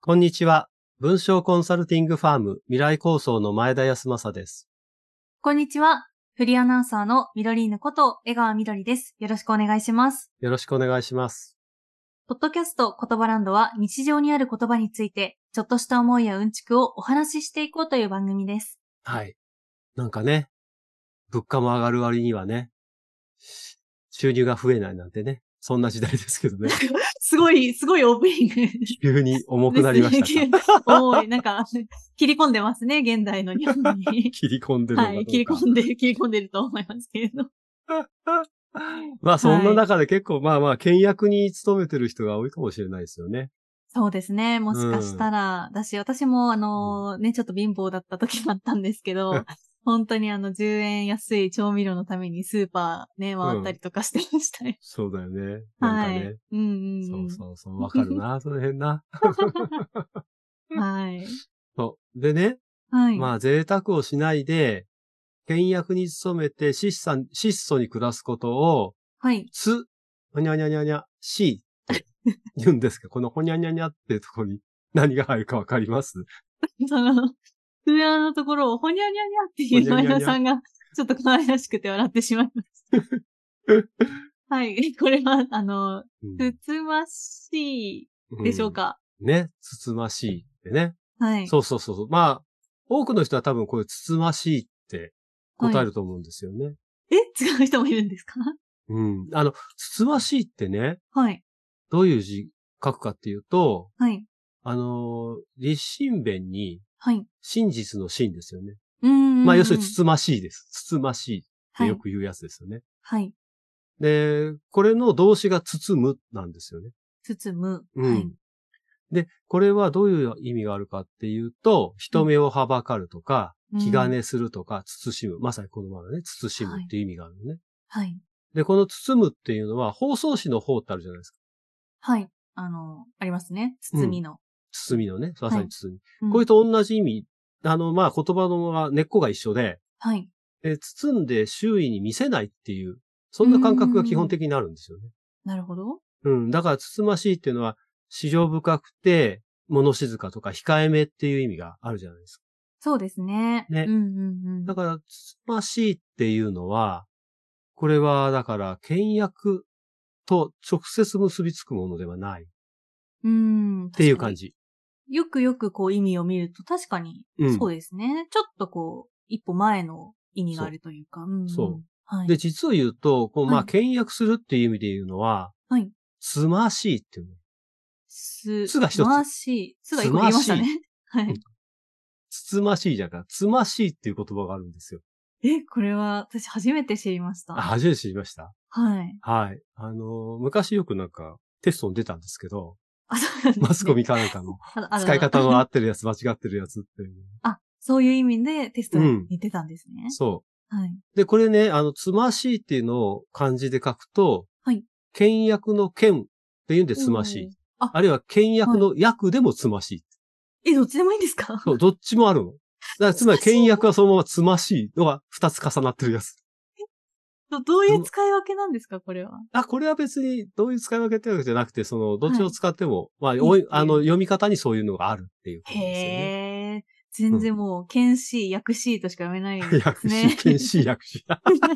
こんにちは。文章コンサルティングファーム未来構想の前田康政です。 こんにちは。フリーアナウンサーのミドリーヌこと江川みどりです。よろしくお願いします。 よろしくお願いします。 ポッドキャスト言葉ランドは日常にある言葉についてちょっとした思いやうんちくをお話ししていこうという番組です。 はい。なんかね、物価も上がる割にはね、収入が増えないなんてね、そんな時代ですけどね。 すごいオープニング急に重くですなりましたか。 重い。切り込んでますね、現代の日本に。 切り込んでるはい、 のかどうか。 切り込んでると思いますけれど。 まあそんなはい。 中で結構倹約に勤めてる人が多いかもしれないですよね。 そうですね。もしかしうん。 たら、私もうんちょっと貧乏だった時もあったんですけど、本当に10円安い調味料のためにスーパーね、回ったうん。 りとかしてましたね。 そうだよね。なんかはい。 ね。 うんそううんそうそう。わかるな、その辺な。 うん。はい。 そう。でね、 はい。 まあ贅沢をしないで、倹約に努めて質素に暮らすことを、 はい。 ほにゃにゃにゃにゃ、しって言うんですけど、このほにゃにゃにゃってところに何が入るかわかります？ その、上のところをほにゃにゃにゃってほいう前にゃにゃにゃ。 田さんが、ちょっと可愛らしくて笑ってしまいました。はい。これは、 うん。 つつましいうん。 でしょうか？ ね、つつましいってね。 はい。 そうそうそうそう。まあ、多くの人は多分これつつましいってはい。 答えると思うんですよね。 違う人もいるんですか？ うん。つつましいってね、 はい。 どういう字書くかっていうと、 はい。 立身弁にはい。 真実の真ですよね。 うんうまあ、要するにんうん。 つつましいです。つつましいってはい。 よく言うやつですよね。 はい。 で、これの動詞が包むなんですよね。 包む。はい。 うん。で、これはどういう意味があるかっていうと、 はい。 人目をはばかるとか、気兼うん。 ねするとか、慎む。まさにこのままね、慎むはい。 っていう意味があるのね。 はい。 で、この包むっていうのは、包装紙の方ってあるじゃないですか。 はい。ありますね。 うん。 包みの。 包みのね、まはい。 さに包み。 うん。 これと同じ意味、言葉の根っこが一緒で、 はい。 包んで周囲に見せないっていう、そうーんな感覚が基本ん。 的になるんですよね。 なるほど。 うん。だから、つつましいっていうのは、思情深くて、物静かとか控えめっていう意味があるじゃないですか。 そうですね。 ね。 うんうんうん。 だから、つつましいっていうのは、これは、だから、倹約と直接結びつくものではないっうーん、 てい確かに。 う感じ。 よくよく意味を見ると確かにうん。 そうですね。ちょっと一歩前の意味があそるというか。うんう。 うん。 そう。で、 はい。 実を言うと、 はい。 倹約するっていう意味で言うのは、 はい。 つましいっていうの。つが一つ。 ましい。つが一つ個減りましたね。 ましい。 はうん。 い。 つつましいじゃんか。つましいっていう言葉があるんですよ。 これは私初めて知りましあ、 た。 初めて知りました。 はい。 はい。昔よくなんかテストに出たんですけど、 あ、そうなんですね。 マスコミかなんかの使いあらら。 方の合ってるやつ、間違ってるやつっていう。 あ、そういう意味でテストうん。 に出たんですね。 そはい。 う。で、これね、つましいっていうのを漢字で書くと、 はい。 倹約の倹っていうんでつましい。 おー。あ、 あるいは倹約はい。 の約でもつましい。 どっちでもいいんですか？ そう、どっちもあるの。だからつまり、 難しい倹約はそのままつましいのが二つ重なってるやつ。 な。どういうつま使い分けなんですか、これは。 これは別にどういう使い分けってわけじゃなくて、どっちをはい。 使っても、 いいっていう。 読み方にそういうのがあるっていうことですよね。 へえ。全うん。 然もう、剣士、訳士としか読めないですね。 薬師、剣士薬師。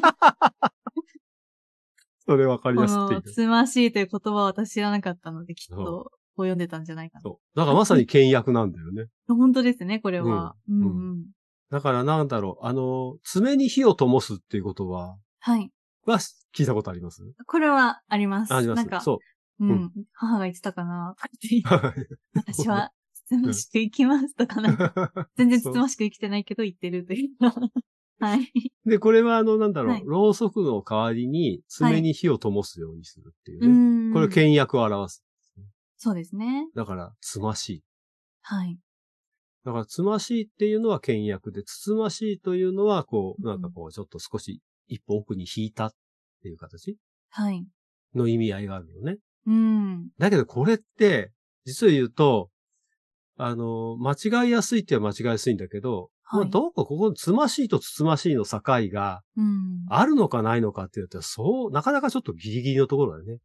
それわかりこの、 やすくていいね。 つましいという言葉は私知らなかったので、きっそう。 と、読んでたんじゃないかな。 そう。だからまさに倹約なんだよね。 本当ですね、これうん。 は。うんうん。 うん。 だからなんだろう、爪に火を灯すっていう言葉はい。 は聞いたことあります？ これはあります。 あります。そうう。うん。 ん、母が言ってたかな、ってはい。 私は、つつうん。 ましく生きますとか全然つそう。 つましく生きてないけど言ってるというか。はい。 で、これははい。 ろうそくの代わりにはい。 爪に火を灯すようにするっていううーね。これん。 倹約を表す。 そうですね。 だから、つましい。 はい。 だから、つましいっていうのは倹約で、つつましいというのは、 うん。 ちょっと少し一歩奥に引いたっていう形はい。 の意味合いがあるのね。 うーん。 だけどこれって、実を言うと、間違いやすいっては間違いやすいんだけど、 はい。 どうかここのつましいとつつましいの境がうん。 あるのかないのかって言うと、そう、なかなかちょっとギリギリのところだよね。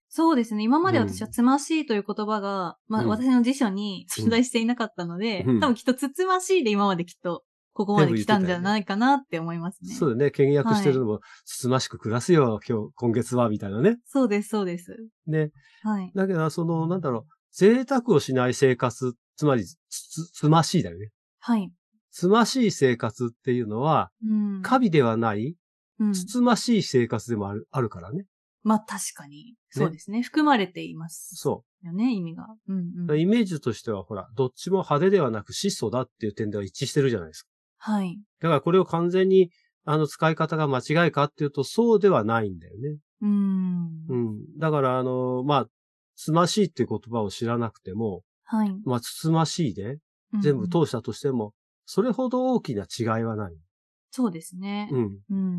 そうですね。今までうん私はつましいという言葉が、まあ、 うん私の辞書に存在していなかったので、 うん多分きっとつつましいで今まできっと、ここま全部で来たんじゃ言ってたよね。 ないかなって思いますね。 そうだね。倹約しはい。 てるのも、つつましく暮らすよ、今月は、みたいなね。 そうです、そうです。 ね。 はい。 だけど、なんだろう、贅沢をしない生活、つまり、つましいだよね。 はい。 つましい生活っていうのは、 うん。 華美ではない、つうん。 つましい生活でもあるからね。 まあ確かに。そうね。 ですね。含まれていますそよね、意味が。うんうう。 ん。 イメージとしては、ほら、どっちも派手ではなく質素だっていう点では一致してるじゃないですか。 はい。 だからこれを完全に、使い方が間違いかっていうと、そうではないんだよね。 うーうん。 ん。だから、まあ、つましいっていう言葉を知らなくても、 はい。 まあ、つつましいで、 うんうん。 全部通したとしても、それほど大きな違いはない。 そうですね。 うん。 うんうん。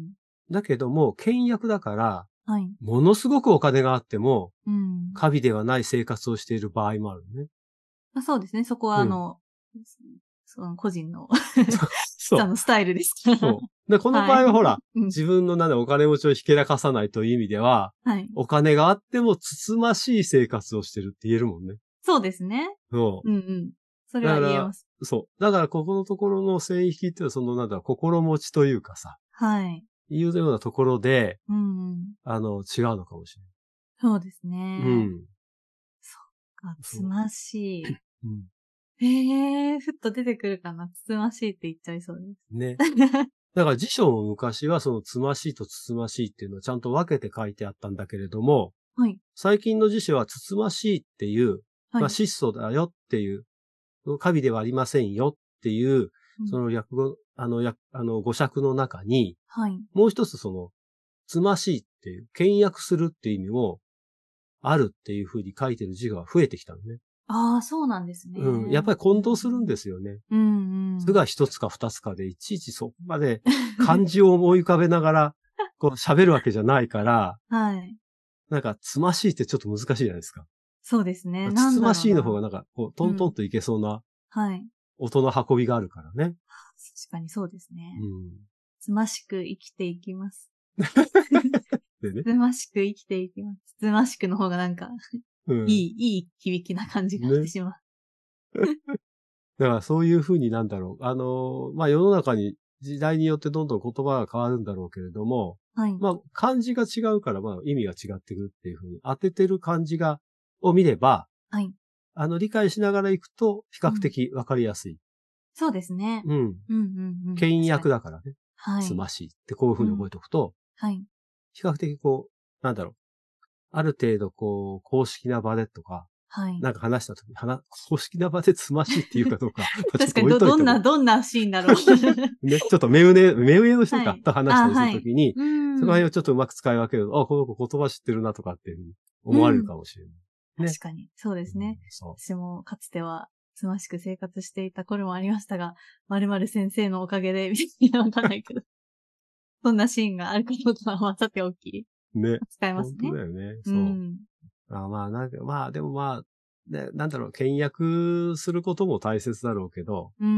だけども、倹約だから、 はい。 ものすごくお金があっても、 うん。 華美ではない生活をしている場合もあるね。 まあ、そうですね。そこはうん。 その個人のそう。 スタイルですから。 そう。で、このはい。 場合はほら、 うん。 自分のお金持ちをひけらかさないという意味では、 はい。 お金があってもつつましい生活をしてるって言えるもんね。 そうですね。 そう。 うんうん。それだから、 は言えます。 そう。だからここのところの線引きっていうのは心持ちというかさ、 はい。 いうようなところで、 うんうん。 違うのかもしそうですれない。うね。 ん。 そっか、つそましい。 う。うん。 ふっと出てくるかな。つつましいって言っちゃいそうです。 ね。だから辞書も昔はそのつましいとつつましいっていうのをちゃんと分けて書いてあったんだけれども、 はい。 最近の辞書はつつましいっていう、まあはい。 質素だよっていう、華美ではありませんよっていう、 うん。 その略語、語釈の中に、 はい。 もう一つつましいっていう、倹約するっていう意味もあるっていうふうに書いてる字が増えてきたのね。 ああ、そうなんですうん。やっね。 ぱり混同するんですよね。 うんうん。 図が一つか二つかで、いちいちそこまで漢字を思い浮かべながら、こう喋るわけじゃないから、 はい。 つましいってちょっと難しいじゃないですか。 そうですね。 つなんだつましいの方ろうな。 がトうん。 ントンといけそうなはい。 音の運びがあるからね。 確かにそうですね。 うん。 つましく生きていきます。 でね。 つましく生きていきます。つましくの方がうん。 いい響きな感じがしてね。 しまう。 だからそういうふうにまあ世の中に時代によってどんどん言葉が変わるんだろうけれども、 はい。 まあ漢字が違うからまあ意味が違ってくるっていうふうに当ててる漢字を見れば、 はい。 理解しながらいくと比較うん。 的わかりやすい。 そうですね。 うん。 うんうんうん。 倹確かに。 約だからね。 はい。 つましいってこういうふうに覚うん。 えておくと、 はい。 比較的なんだろう。ある程度公式な場でとか、 はい。 話した時に、公式な場でつましいっていうかどうか、まあちょっと確かに、 置いといても、 どんなシーンだろう。 ね、ちょっと目上の人はい。 と話したあ、 りするはい。 ときに、 うそこら辺ん。 をちょっとうまく使い分けると、あ、この子言葉知ってるなとかっていうふうに思われるうん。 かもしれない。ね。 確かに。そうでうん、 すね。 そ私もかつては、つましく生活していた頃もありましたが、〇〇先生のおかげで、みたいなわかんないけど、そんなシーンがあることはさておき、 う。ね。 使いますね。 本当だよね。そうん。 う。でもね、倹約することも大切だろうけど、 うん。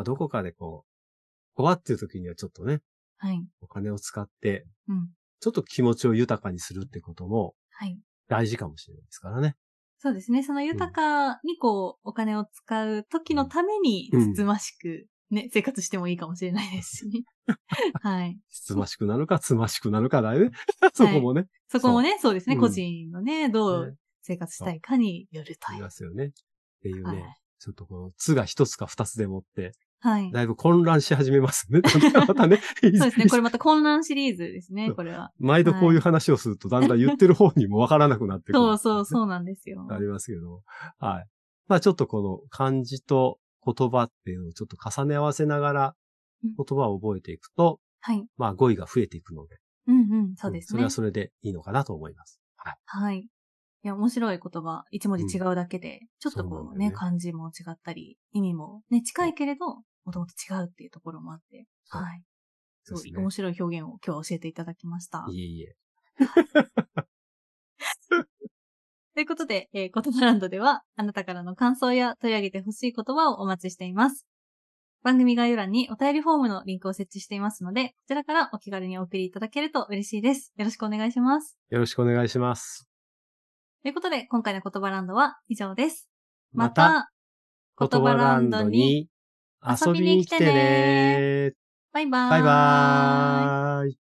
どこかで怖っていう時にはちょっとね、 はい。 お金を使って、 うん。 ちょっと気持ちを豊かにするってこともはい。 大事かもしれないですからね。 そうですね。そのうん。 豊かにお金を使う時のために、 うん。 つつましくね、生活してもいいかもしれないですしね。はい。 つましくなるか、つましくなるかだよね。そはい。 こもね。そそこもね、そうですう。 ね。個うん。 人のね、どうね。 生活したそいかによるとう。いいう。 ますよね。っていうね。 はい。 ちょっとつが一つか二つでもって、 はい。 だいぶ混乱し始めますね。またね。 そうですね。これまた混乱シリーズですね、これは。 毎度こういうはい。 話をすると、だんだん言ってる方にもわからなくなってくる。 そうなんですよ。 ありますけど。はい。まあちょっとこの漢字と言葉っていうのをちょっと重ね合わせながらうん。 言葉を覚えていくと、 はい。 まあ語彙が増えていくので、 うんうん、そうですね。 それはそれでいいのかなと思います。はい。 はい。いや、面白い言葉、一文うん。 字違うだけで、ちょっとそうなんだよね。 漢字も違ったり、意味もね、近そういけれど、もともと違うっていうところもあって、 そうはい。すごいですね。 面白い表現を今日は教えていただきました。 いえいえ。 はい。ということで、言葉ランドでは、あなたからの感想や取り上げてほしい言葉をお待ちしています。番組概要欄にお便りフォームのリンクを設置していますので、こちらからお気軽にお送りいただけると嬉しいです。よろしくお願いします。 よろしくお願いします。 ということで、今回の言葉ランドは以上です。 また、言葉ランドに遊びに来てね。 バイバーイ。 バイバーイ。